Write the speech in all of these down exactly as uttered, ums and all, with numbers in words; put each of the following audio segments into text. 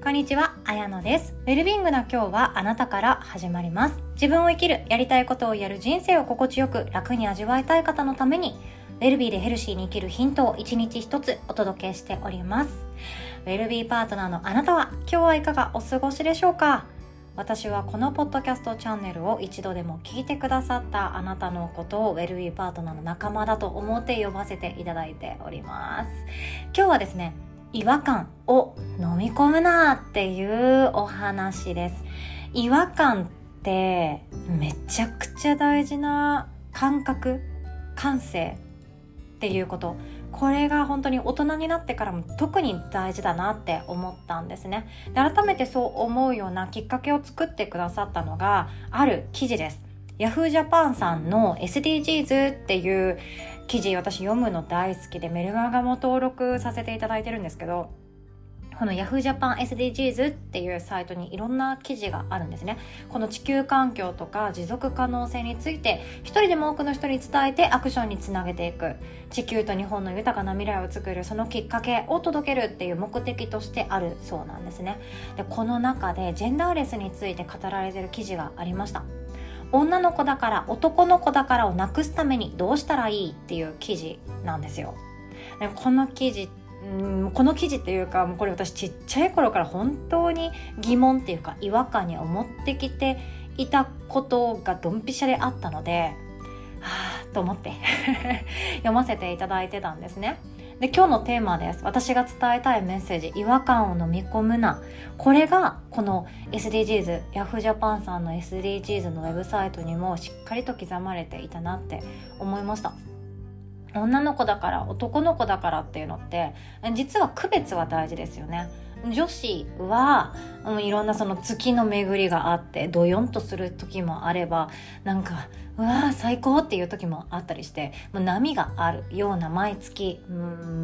こんにちは、あやのです。ウェルビーイングな今日はあなたから始まります。自分を生きる、やりたいことをやる、人生を心地よく楽に味わいたい方のためにウェルビーでヘルシーに生きるヒントを一日一つお届けしております。ウェルビーパートナーのあなたは今日はいかがお過ごしでしょうか。私はこのポッドキャストチャンネルを一度でも聞いてくださったあなたのことをウェルビーパートナーの仲間だと思って呼ばせていただいております。今日はですね、違和感を飲み込むなっていうお話です。違和感ってめちゃくちゃ大事な感覚、感性っていうこと、これが本当に大人になってからも特に大事だなって思ったんですね。で、改めてそう思うようなきっかけを作ってくださったのがある記事です。ヤフージャパンさんの エスディージーズ っていう記事、私読むの大好きでメルマガも登録させていただいてるんですけど、この Yahoo Japan エスディージーズ っていうサイトにいろんな記事があるんですね。この地球環境とか持続可能性について一人でも多くの人に伝えてアクションにつなげていく、地球と日本の豊かな未来を作るそのきっかけを届けるっていう目的としてあるそうなんですね。で、この中でジェンダーレスについて語られている記事がありました。女の子だから男の子だからをなくすためにどうしたらいいっていう記事なんですよ。で、この記事うんこの記事っていうか、もうこれ私ちっちゃい頃から本当に疑問っていうか違和感に思ってきていたことがドンピシャであったので、はぁと思って読ませていただいてたんですね。で、今日のテーマです。私が伝えたいメッセージ、違和感を飲み込むな。これがこの エスディージーズ、Yahoo Japan さんの エスディージーズ のウェブサイトにもしっかりと刻まれていたなって思いました。女の子だから男の子だからっていうのって実は区別は大事ですよね。女子は、うん、いろんなその月の巡りがあってドヨンとする時もあれば、なんかうわー最高っていう時もあったりして、もう波があるような毎月、うん、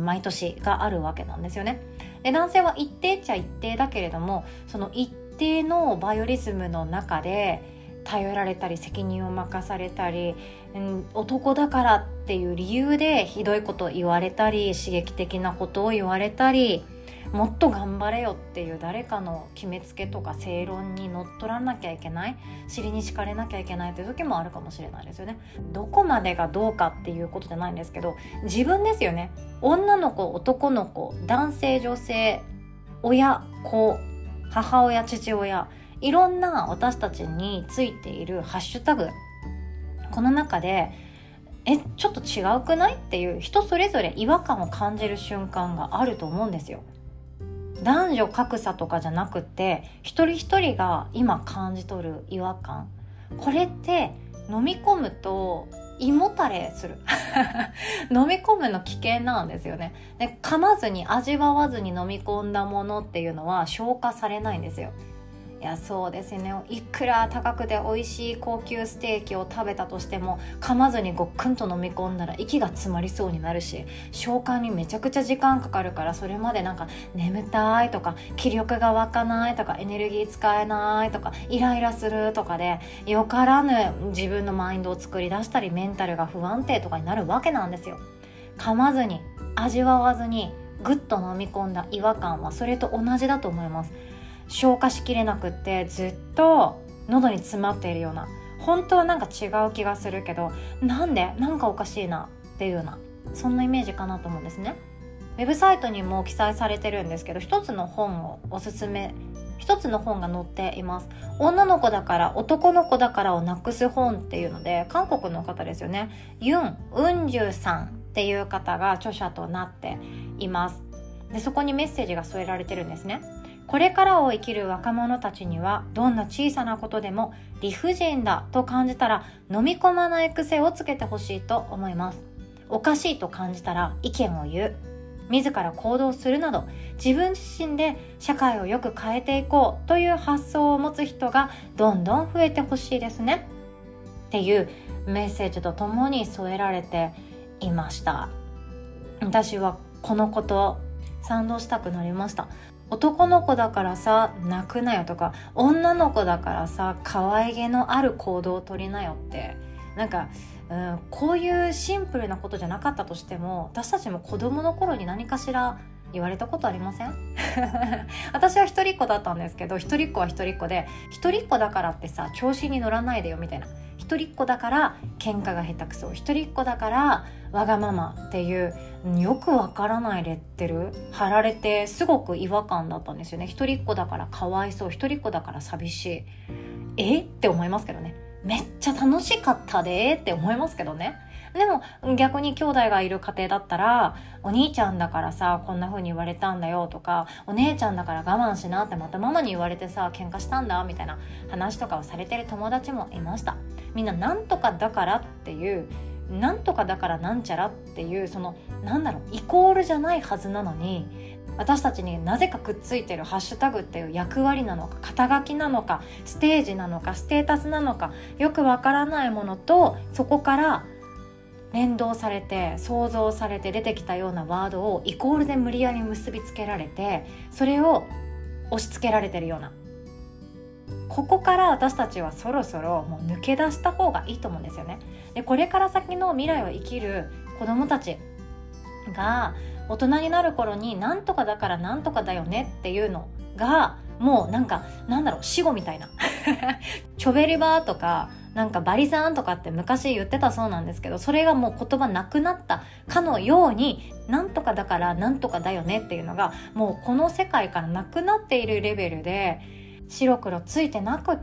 毎年があるわけなんですよね。で、男性は一定っちゃ一定だけれども、その一定のバイオリズムの中で頼られたり責任を任されたり、うん、男だからっていう理由でひどいことを言われたり、刺激的なことを言われたり、もっと頑張れよっていう誰かの決めつけとか正論に乗っ取らなきゃいけない、尻に敷かれなきゃいけないという時もあるかもしれないですよね。どこまでがどうかっていうことじゃないんですけど、自分ですよね。女の子、男の子、男性、女性、親、子、母親、父親、いろんな私たちについているハッシュタグ、この中でえちょっと違うくないっていう人それぞれ違和感を感じる瞬間があると思うんですよ。男女格差とかじゃなくて、一人一人が今感じ取る違和感、これって飲み込むと胃もたれする飲み込むの危険なんですよね。で、噛まずに味わわずに飲み込んだものっていうのは消化されないんですよ。いや、そうですね。いくら高くて美味しい高級ステーキを食べたとしても、噛まずにごっくんと飲み込んだら息が詰まりそうになるし、消化にめちゃくちゃ時間かかるから、それまでなんか眠たいとか気力が湧かないとかエネルギー使えないとかイライラするとかで、よからぬ自分のマインドを作り出したり、メンタルが不安定とかになるわけなんですよ。噛まずに味わわずにぐっと飲み込んだ違和感はそれと同じだと思います。消化しきれなくってずっと喉に詰まっているような、本当はなんか違う気がするけど、なんでなんかおかしいなっていうような、そんなイメージかなと思うんですね。ウェブサイトにも記載されてるんですけど、一つの本をおすすめ一つの本が載っています。女の子だから男の子だからをなくす本っていうので、韓国の方ですよね、ユン・ウンジュさんっていう方が著者となっています。で、そこにメッセージが添えられてるんですね。これからを生きる若者たちには、どんな小さなことでも理不尽だと感じたら飲み込まない癖をつけてほしいと思います。おかしいと感じたら意見を言う、自ら行動するなど、自分自身で社会をよく変えていこうという発想を持つ人がどんどん増えてほしいですねっていうメッセージとともに添えられていました。私はこのこと賛同したくなりました。男の子だからさ泣くなよとか、女の子だからさ可愛げのある行動を取りなよって、なんかうん、こういうシンプルなことじゃなかったとしても、私たちも子供の頃に何かしら言われたことありません？私は一人っ子だったんですけど、一人っ子は一人っ子で、一人っ子だからってさ調子に乗らないでよみたいな、一人っ子だから喧嘩が下手くそ、一人っ子だからわがままっていうよくわからないレッテル貼られて、すごく違和感だったんですよね。一人っ子だからかわいそう、一人っ子だから寂しい、えって思いますけどね。めっちゃ楽しかったでって思いますけどね。でも逆に兄弟がいる家庭だったら、お兄ちゃんだからさこんな風に言われたんだよとか、お姉ちゃんだから我慢しなってまたママに言われてさ喧嘩したんだみたいな話とかをされてる友達もいました。みんななんとかだからっていう、なんとかだからなんちゃらっていう、そのなんだろう、イコールじゃないはずなのに、私たちになぜかくっついてるハッシュタグっていう役割なのか、肩書きなのか、ステージなのか、ステータスなのか、よくわからないものとそこから連動されて想像されて出てきたようなワードをイコールで無理やり結びつけられて、それを押し付けられてるような、ここから私たちはそろそろもう抜け出した方がいいと思うんですよね。でこれから先の未来を生きる子どもたちが大人になる頃になんとかだからなんとかだよねっていうのがもうなんかなんだろう、死語みたいなチョベリバーとかなんかバリさんとかって昔言ってたそうなんですけど、それがもう言葉なくなったかのように、なんとかだからなんとかだよねっていうのがもうこの世界からなくなっているレベルで、白黒ついてなくって、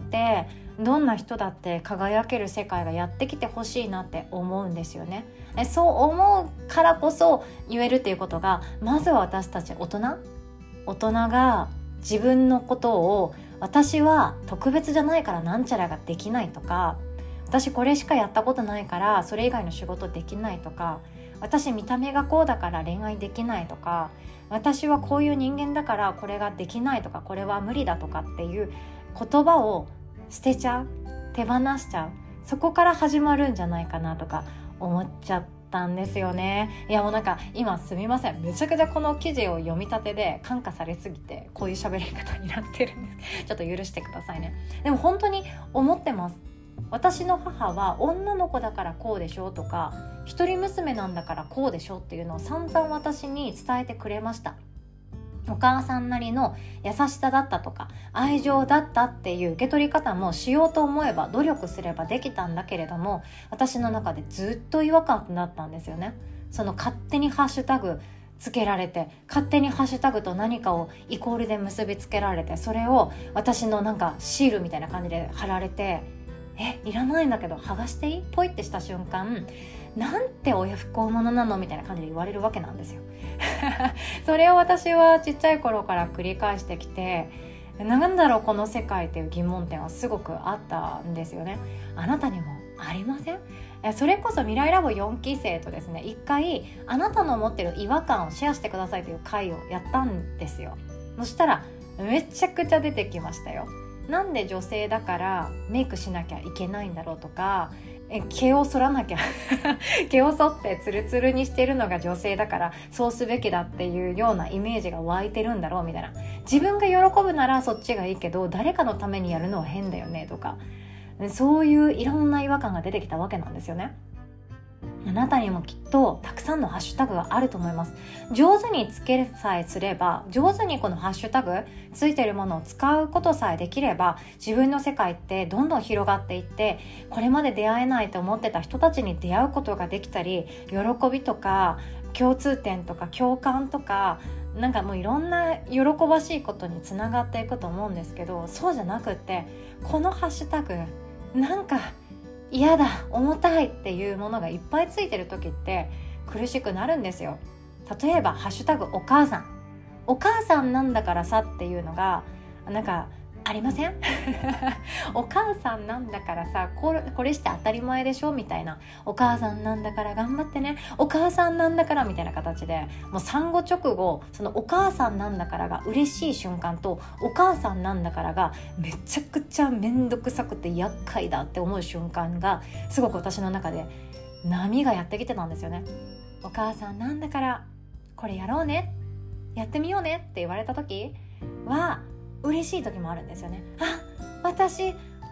どんな人だって輝ける世界がやってきてほしいなって思うんですよね。そう思うからこそ言えるっていうことが、まずは私たち大人大人が自分のことを、私は特別じゃないからなんちゃらができないとか、私これしかやったことないからそれ以外の仕事できないとか、私見た目がこうだから恋愛できないとか、私はこういう人間だからこれができないとか、これは無理だとかっていう言葉を捨てちゃう、手放しちゃう、そこから始まるんじゃないかなとか思っちゃったんですよね。いやもうなんか今すみません、めちゃくちゃこの記事を読み立てで感化されすぎてこういう喋り方になってるんですちょっと許してくださいね。でも本当に思ってます。私の母は女の子だからこうでしょとか、一人娘なんだからこうでしょっていうのを散々私に伝えてくれました。お母さんなりの優しさだったとか愛情だったっていう受け取り方もしようと思えば努力すればできたんだけれども、私の中でずっと違和感だったんですよね。その勝手にハッシュタグつけられて、勝手にハッシュタグと何かをイコールで結びつけられて、それを私のなんかシールみたいな感じで貼られて、えいらないんだけど剥がしていい？ポイってした瞬間、なんて親不孝者なのみたいな感じで言われるわけなんですよそれを私はちっちゃい頃から繰り返してきて、なんだろうこの世界っていう疑問点はすごくあったんですよね。あなたにもありません？それこそ未来ラボよんき生とですね、一回あなたの持ってる違和感をシェアしてくださいという回をやったんですよ。そしたらめちゃくちゃ出てきましたよ。なんで女性だからメイクしなきゃいけないんだろうとか、え毛を剃らなきゃ毛を剃ってツルツルにしてるのが女性だからそうすべきだっていうようなイメージが湧いてるんだろうみたいな、自分が喜ぶならそっちがいいけど誰かのためにやるのは変だよねとか、そういういろんな違和感が出てきたわけなんですよね。あなたにもきっとたくさんのハッシュタグがあると思います。上手につけさえすれば、上手にこのハッシュタグついてるものを使うことさえできれば、自分の世界ってどんどん広がっていって、これまで出会えないと思ってた人たちに出会うことができたり、喜びとか共通点とか共感とか、なんかもういろんな喜ばしいことにつながっていくと思うんですけど、そうじゃなくって、このハッシュタグなんか嫌だ重たいっていうものがいっぱいついてる時って苦しくなるんですよ。例えばハッシュタグお母さん、お母さんなんだからさっていうのがなんかありませんお母さんなんだからさ、これ、これして当たり前でしょみたいな、お母さんなんだから頑張ってね、お母さんなんだからみたいな形で、もう産後直後そのお母さんなんだからが嬉しい瞬間と、お母さんなんだからがめちゃくちゃめんどくさくて厄介だって思う瞬間がすごく私の中で波がやってきてたんですよね。お母さんなんだからこれやろうね、やってみようねって言われた時は嬉しい時もあるんですよね。あ、私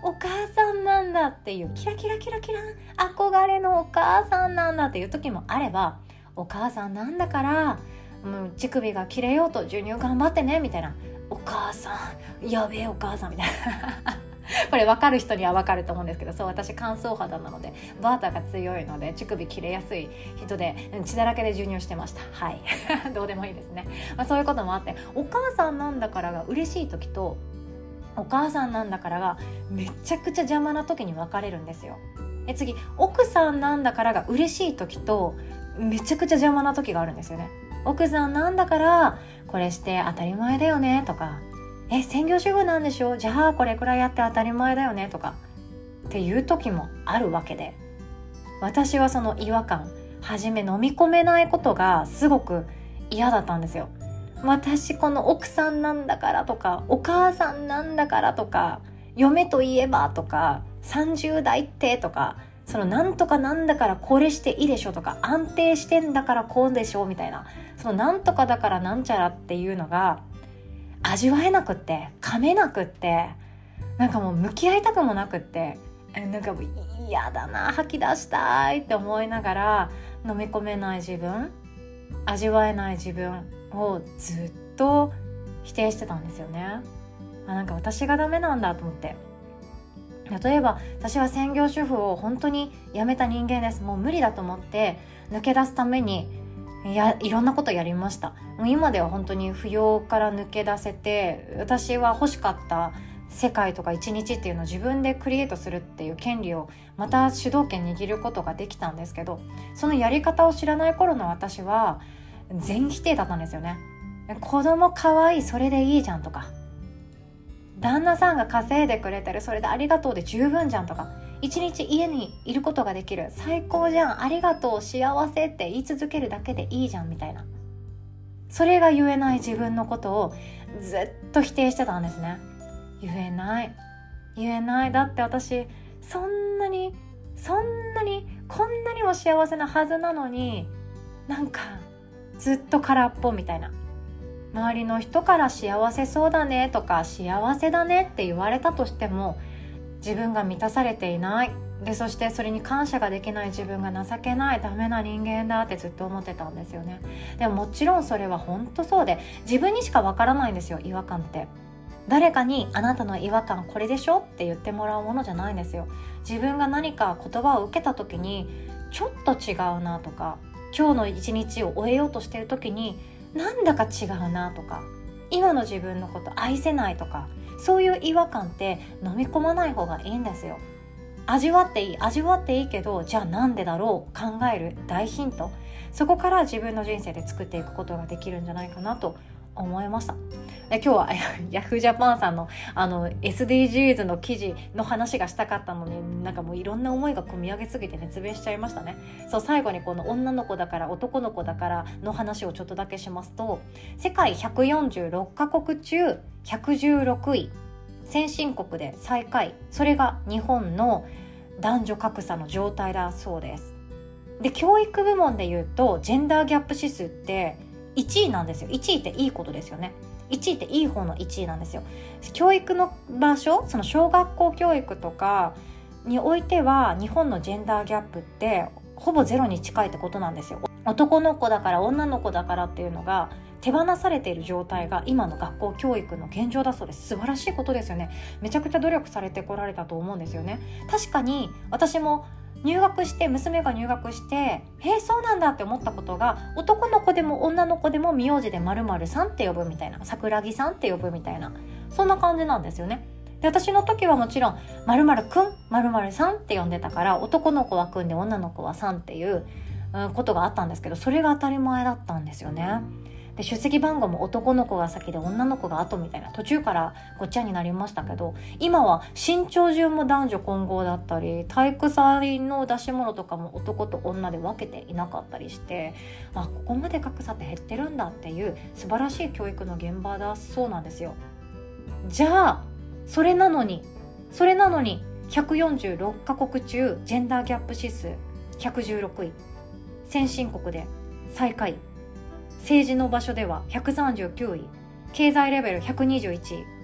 お母さんなんだっていうキラキラキラキラ憧れのお母さんなんだっていう時もあれば、お母さんなんだからもう乳首が切れようと授乳頑張ってねみたいな、お母さんやべえお母さんみたいなこれ分かる人には分かると思うんですけど、そう私乾燥肌なのでバーターが強いので乳首切れやすい人で血だらけで授乳してました。はいどうでもいいですね、まあ、そういうこともあって、お母さんなんだからが嬉しい時と、お母さんなんだからがめちゃくちゃ邪魔な時に分かれるんですよ。え次、奥さんなんだからが嬉しい時とめちゃくちゃ邪魔な時があるんですよね。奥さんなんだからこれして当たり前だよねとか、え専業主婦なんでしょ、じゃあこれくらいやって当たり前だよねとかっていう時もあるわけで、私はその違和感、はじめ飲み込めないことがすごく嫌だったんですよ。私この奥さんなんだからとか、お母さんなんだからとか、嫁といえばとか、さんじゅう代ってとか、そのなんとかなんだからこれしていいでしょとか、安定してんだからこうでしょみたいな、そのなんとかだからなんちゃらっていうのが味わえなくって、噛めなくって、なんかもう向き合いたくもなくって、なんかもう嫌だな、吐き出したいって思いながら飲み込めない自分、味わえない自分をずっと否定してたんですよね。あ、なんか私がダメなんだと思って。例えば私は専業主婦を本当に辞めた人間です。もう無理だと思って抜け出すためにいやいろんなことやりました。もう今では本当に扶養から抜け出せて、私は欲しかった世界とか一日っていうのを自分でクリエイトするっていう権利をまた主導権握ることができたんですけど、そのやり方を知らない頃の私は全否定だったんですよね。子供可愛いそれでいいじゃんとか、旦那さんが稼いでくれてるそれでありがとうで十分じゃんとか、一日家にいることができる最高じゃんありがとう幸せって言い続けるだけでいいじゃんみたいな、それが言えない自分のことをずっと否定してたんですね。言えない言えない、だって私そんなにそんなにこんなにも幸せなはずなのに、なんかずっと空っぽみたいな、周りの人から幸せそうだねとか幸せだねって言われたとしても自分が満たされていないで、そしてそれに感謝ができない自分が情けないダメな人間だってずっと思ってたんですよね。でももちろんそれは本当そうで、自分にしかわからないんですよ。違和感って誰かにあなたの違和感これでしょって言ってもらうものじゃないんですよ。自分が何か言葉を受けた時にちょっと違うなとか、今日の一日を終えようとしている時になんだか違うなとか、今の自分のこと愛せないとか、そういう違和感って飲み込まない方がいいんですよ。味わっていい味わっていいけど、じゃあなんでだろう考える大ヒント、そこから自分の人生で作っていくことができるんじゃないかなと思いました。え今日はヤフージャパンさんのあの エスディージーズ の記事の話がしたかったのに、なんかもういろんな思いが込み上げすぎて熱弁しちゃいましたね。そう最後にこの女の子だから男の子だからの話をちょっとだけしますと、世界ひゃくよんじゅうろっカ国中ひゃくじゅうろくい、先進国で最下位、それが日本の男女格差の状態だそうです。で教育部門でいうとジェンダーギャップ指数っていちいなんですよ。いちいっていいことですよね。いちいっていい方のいちいなんですよ。教育の場所、その小学校教育とかにおいては日本のジェンダーギャップってほぼゼロに近いってことなんですよ。男の子だから女の子だからっていうのが手放されている状態が今の学校教育の現状だそうです。素晴らしいことですよね。めちゃくちゃ努力されてこられたと思うんですよね。確かに私も入学して娘が入学してへえそうなんだって思ったことが、男の子でも女の子でも名字で〇〇さんって呼ぶみたいな、桜木さんって呼ぶみたいな、そんな感じなんですよね。で私の時はもちろん〇〇くん〇〇さんって呼んでたから、男の子はくんで女の子はさんっていう、うん、ことがあったんですけど、それが当たり前だったんですよね。で出席番号も男の子が先で女の子が後みたいな、途中からごっちゃになりましたけど、今は身長順も男女混合だったり、体育祭の出し物とかも男と女で分けていなかったりして、あここまで格差って減ってるんだっていう素晴らしい教育の現場だそうなんですよ。じゃあそれなのにそれなのにひゃくよんじゅうろっカ国中ジェンダーギャップ指数ひゃくじゅうろくい、先進国で最下位、政治の場所ではひゃくさんじゅうきゅうい、経済レベルひゃくにじゅういちい、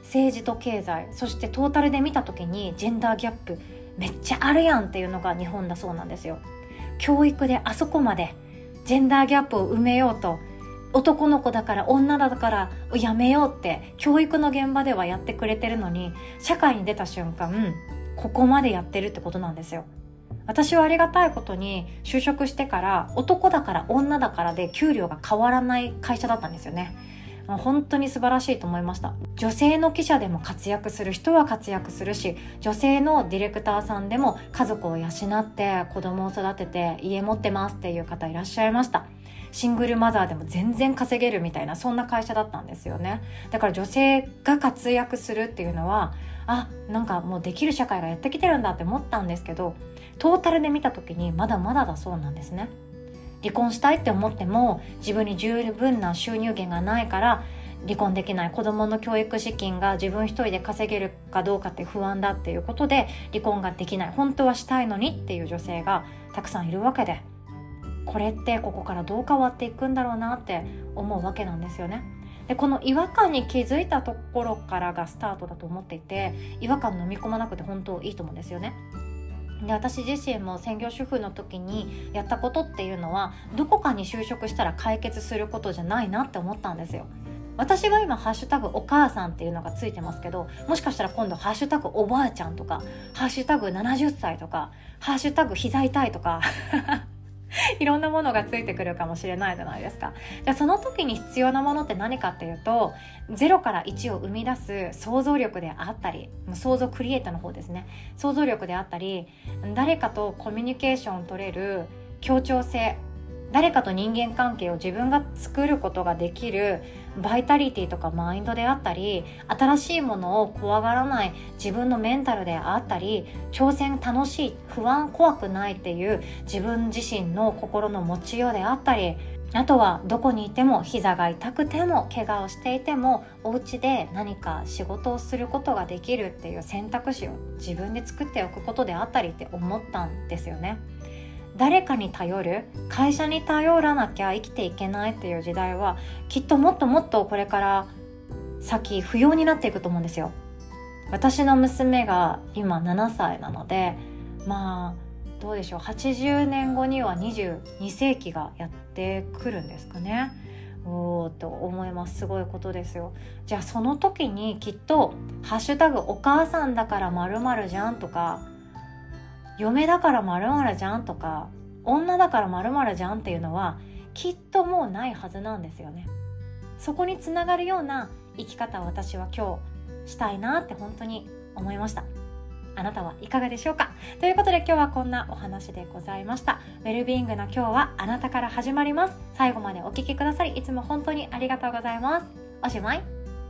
政治と経済、そしてトータルで見た時にジェンダーギャップめっちゃあるやんっていうのが日本だそうなんですよ。教育であそこまでジェンダーギャップを埋めようと、男の子だから女だからやめようって教育の現場ではやってくれてるのに、社会に出た瞬間ここまでやってるってことなんですよ。私はありがたいことに就職してから男だから女だからで給料が変わらない会社だったんですよね。本当に素晴らしいと思いました。女性の記者でも活躍する人は活躍するし、女性のディレクターさんでも家族を養って子供を育てて家持ってますっていう方いらっしゃいました。シングルマザーでも全然稼げるみたいな、そんな会社だったんですよね。だから女性が活躍するっていうのは、あ、なんかもうできる社会がやってきてるんだって思ったんですけど、トータルで見た時にまだまだだそうなんですね。離婚したいって思っても自分に十分な収入源がないから離婚できない。子供の教育資金が自分一人で稼げるかどうかって不安だっていうことで離婚ができない。本当はしたいのにっていう女性がたくさんいるわけで、これってここからどう変わっていくんだろうなって思うわけなんですよね。でこの違和感に気づいたところからがスタートだと思っていて、違和感飲み込まなくて本当いいと思うんですよね。で私自身も専業主婦の時にやったことっていうのは、どこかに就職したら解決することじゃないなって思ったんですよ。私は今ハッシュタグお母さんっていうのがついてますけど、もしかしたら今度ハッシュタグおばあちゃんとか、ハッシュタグななじゅっさいとか、ハッシュタグ膝痛いとかいろんなものがついてくるかもしれないじゃないですか。じゃあその時に必要なものって何かっていうと、ゼロからいちを生み出す想像力であったり、想像クリエイターの方ですね、想像力であったり、誰かとコミュニケーションを取れる協調性、誰かと人間関係を自分が作ることができるバイタリティとかマインドであったり、新しいものを怖がらない自分のメンタルであったり、挑戦楽しい、不安怖くないっていう自分自身の心の持ちようであったり、あとはどこにいても膝が痛くても怪我をしていてもお家で何か仕事をすることができるっていう選択肢を自分で作っておくことであったりって思ったんですよね。誰かに頼る、会社に頼らなきゃ生きていけないっていう時代はきっともっともっとこれから先不要になっていくと思うんですよ。私の娘が今ななさいなので、まあどうでしょう、はちじゅうねんごにはにじゅうにせいきがやってくるんですかね。おーと思います。すごいことですよ。じゃあその時にきっとハッシュタグお母さんだから〇〇じゃんとか、嫁だから〇〇じゃんとか、女だから〇〇じゃんっていうのはきっともうないはずなんですよね。そこにつながるような生き方を私は今日したいなって本当に思いました。あなたはいかがでしょうか。ということで今日はこんなお話でございました。ウェルビーイングな今日はあなたから始まります。最後までお聞きくださりいつも本当にありがとうございます。おしまい。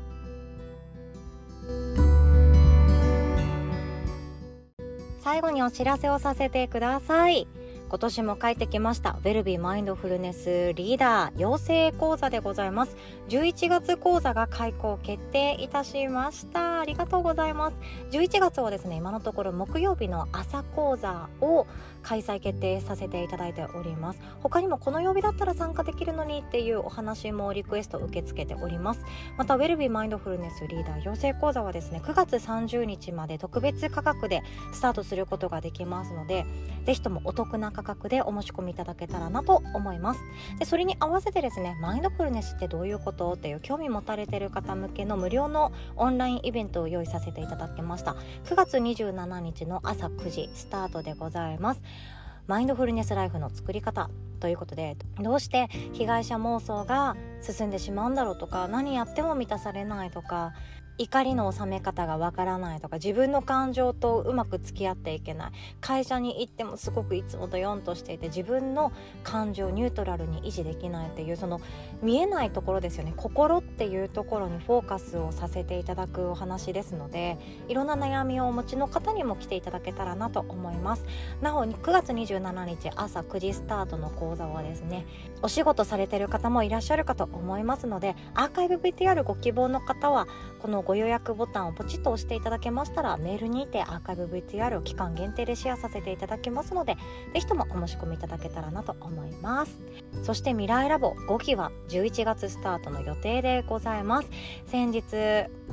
最後にお知らせをさせてください。今年も帰ってきましたウェルビーマインドフルネスリーダー養成講座でございます。じゅういちがつ講座が開講決定いたしました。ありがとうございます。じゅういちがつはですね、今のところ木曜日の朝講座を開催決定させていただいております。他にもこの曜日だったら参加できるのにっていうお話もリクエスト受け付けております。またウェルビーマインドフルネスリーダー養成講座はですね、くがつさんじゅうにちまで特別価格でスタートすることができますので、ぜひともお得な価格でお申し込みいただけたらなと思います。でそれに合わせてですね、マインドフルネスってどういうことっていう興味持たれている方向けの無料のオンラインイベントを用意させていただきました。くがつにじゅうしちにちの朝くじスタートでございます。マインドフルネスライフの作り方ということで、どうして被害者妄想が進んでしまうんだろうとか、何やっても満たされないとか、怒りの収め方がわからないとか、自分の感情とうまく付き合っていけない、会社に行ってもすごくいつもドヨンとしていて自分の感情をニュートラルに維持できないっていう、その見えないところですよね、心っていうところにフォーカスをさせていただくお話ですので、いろんな悩みをお持ちの方にも来ていただけたらなと思います。なおくがつにじゅうしちにち朝くじスタートの講座はですね、お仕事されている方もいらっしゃるかと思いますので、アーカイブ ブイティーアール ご希望の方はこのご予約ボタンをポチッと押していただけましたら、メールにてアーカイブ ブイティーアール を期間限定でシェアさせていただきますので、ぜひともお申し込みいただけたらなと思います。そして未来ラボごきはじゅういちがつスタートの予定でございます。先日未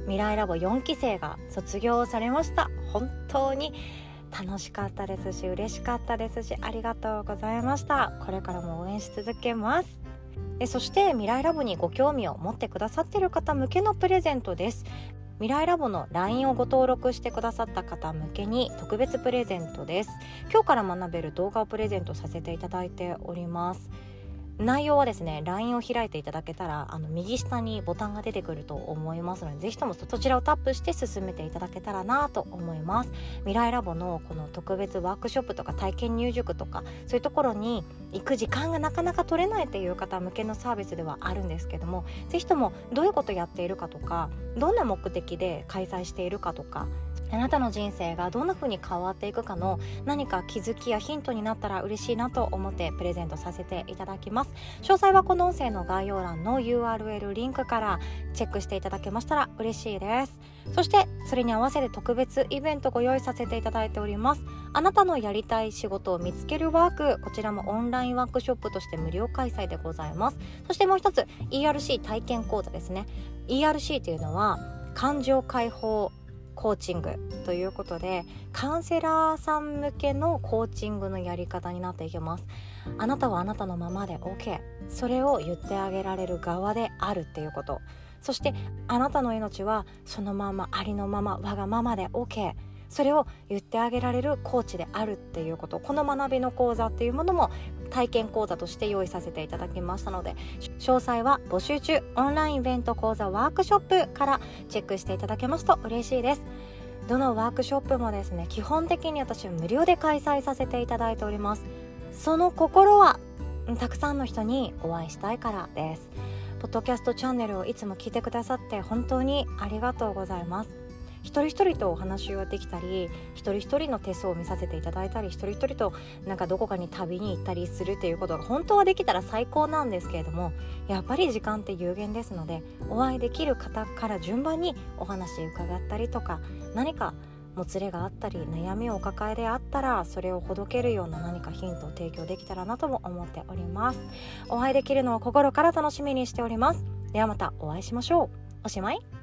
未来ラボよんき生が卒業されました。本当に楽しかったですし嬉しかったですし、ありがとうございました。これからも応援し続けます。えそして未来ラボにご興味を持ってくださっている方向けのプレゼントです。未来ラボの ライン をご登録してくださった方向けに特別プレゼントです。今日から学べる動画をプレゼントさせていただいております。内容はですね ライン を開いていただけたらあの右下にボタンが出てくると思いますので、ぜひともそちらをタップして進めていただけたらなと思います。未来ラボのこの特別ワークショップとか体験入塾とかそういうところに行く時間がなかなか取れないという方向けのサービスではあるんですけども、ぜひともどういうことやっているかとか、どんな目的で開催しているかとか、あなたの人生がどんな風に変わっていくかの何か気づきやヒントになったら嬉しいなと思ってプレゼントさせていただきます。詳細はこの音声の概要欄の ユーアールエル リンクからチェックしていただけましたら嬉しいです。そしてそれに合わせて特別イベントご用意させていただいております。あなたのやりたい仕事を見つけるワーク、こちらもオンラインワークショップとして無料開催でございます。そしてもう一つ イーアールシー 体験講座ですね。 イーアールシー というのは感情解放コーチングということで、カウンセラーさん向けのコーチングのやり方になっていきます。あなたはあなたのままで OK、 それを言ってあげられる側であるっていうこと、そしてあなたの命はそのままありのままわがままで OK、それを言ってあげられるコーチであるっていうこと、この学びの講座っていうものも体験講座として用意させていただきましたので、詳細は募集中オンラインイベント講座ワークショップからチェックしていただけますと嬉しいです。どのワークショップもですね、基本的に私は無料で開催させていただいております。その心はたくさんの人にお会いしたいからです。ポッドキャストチャンネルをいつも聞いてくださって本当にありがとうございます。一人一人とお話ができたり、一人一人の手相を見させていただいたり、一人一人となんかどこかに旅に行ったりするっていうことが本当はできたら最高なんですけれども、やっぱり時間って有限ですので、お会いできる方から順番にお話伺ったりとか、何かもつれがあったり悩みをお抱えであったらそれをほどけるような何かヒントを提供できたらなとも思っております。お会いできるのを心から楽しみにしております。ではまたお会いしましょう。おしまい。